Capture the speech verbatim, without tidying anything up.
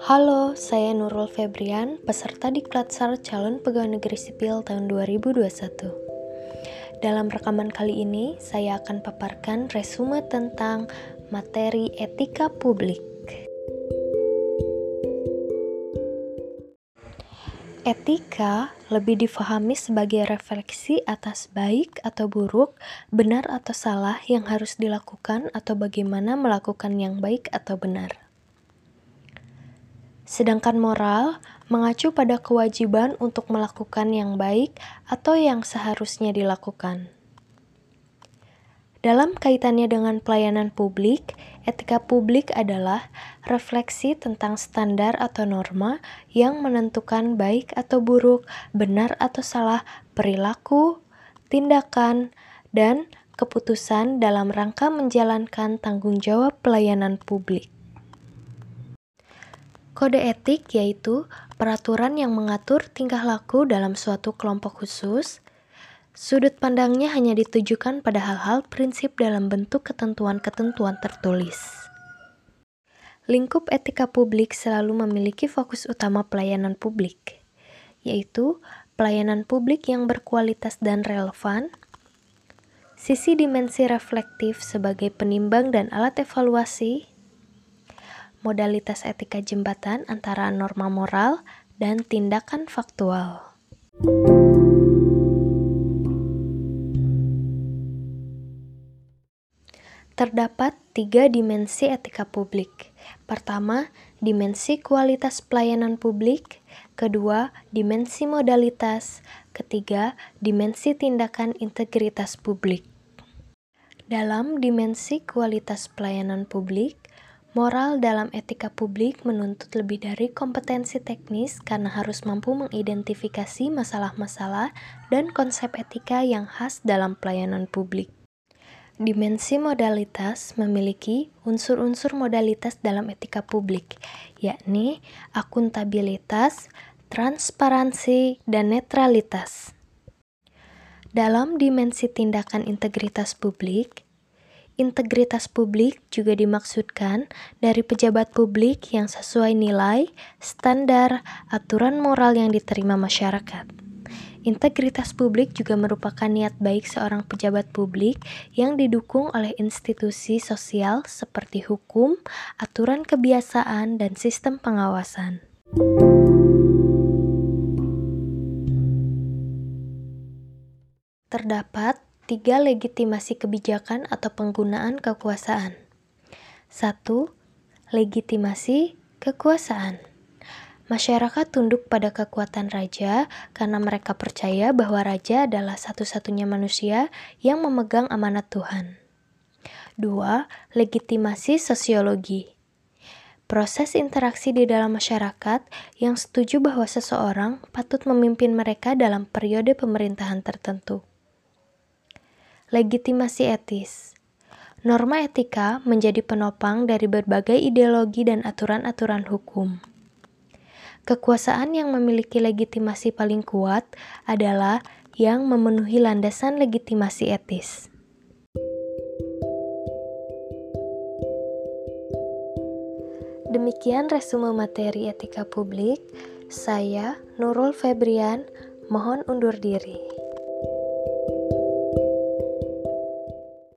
Halo, saya Nurul Febrian, peserta Diklat-Sar Calon Pegawai Negeri Sipil tahun dua ribu dua puluh satu. Dalam rekaman kali ini, saya akan paparkan resume tentang materi etika publik. Etika lebih difahami sebagai refleksi atas baik atau buruk, benar atau salah yang harus dilakukan atau bagaimana melakukan yang baik atau benar. Sedangkan moral mengacu pada kewajiban untuk melakukan yang baik atau yang seharusnya dilakukan. Dalam kaitannya dengan pelayanan publik, etika publik adalah refleksi tentang standar atau norma yang menentukan baik atau buruk, benar atau salah, perilaku, tindakan, dan keputusan dalam rangka menjalankan tanggung jawab pelayanan publik. Kode etik yaitu peraturan yang mengatur tingkah laku dalam suatu kelompok khusus. Sudut pandangnya hanya ditujukan pada hal-hal prinsip dalam bentuk ketentuan-ketentuan tertulis. Lingkup etika publik selalu memiliki fokus utama pelayanan publik, yaitu pelayanan publik yang berkualitas dan relevan, sisi dimensi reflektif sebagai penimbang dan alat evaluasi, modalitas etika jembatan antara norma moral dan tindakan faktual. Terdapat tiga dimensi etika publik. Pertama, dimensi kualitas pelayanan publik. Kedua, dimensi modalitas. Ketiga, dimensi tindakan integritas publik. Dalam dimensi kualitas pelayanan publik, moral dalam etika publik menuntut lebih dari kompetensi teknis karena harus mampu mengidentifikasi masalah-masalah dan konsep etika yang khas dalam pelayanan publik. Dimensi modalitas memiliki unsur-unsur modalitas dalam etika publik, yakni akuntabilitas, transparansi, dan netralitas. Dalam dimensi tindakan integritas publik, integritas publik juga dimaksudkan dari pejabat publik yang sesuai nilai, standar, aturan moral yang diterima masyarakat. Integritas publik juga merupakan niat baik seorang pejabat publik yang didukung oleh institusi sosial seperti hukum, aturan kebiasaan, dan sistem pengawasan. Terdapat tiga legitimasi kebijakan atau penggunaan kekuasaan. Satu. Legitimasi kekuasaan. Masyarakat tunduk pada kekuatan raja karena mereka percaya bahwa raja adalah satu-satunya manusia yang memegang amanat Tuhan. Dua. Legitimasi sosiologi. Proses interaksi di dalam masyarakat yang setuju bahwa seseorang patut memimpin mereka dalam periode pemerintahan tertentu. Legitimasi etis. Norma etika menjadi penopang dari berbagai ideologi dan aturan-aturan hukum. Kekuasaan yang memiliki legitimasi paling kuat adalah yang memenuhi landasan legitimasi etis. Demikian resume materi etika publik. Saya, Nurul Febrian, mohon undur diri.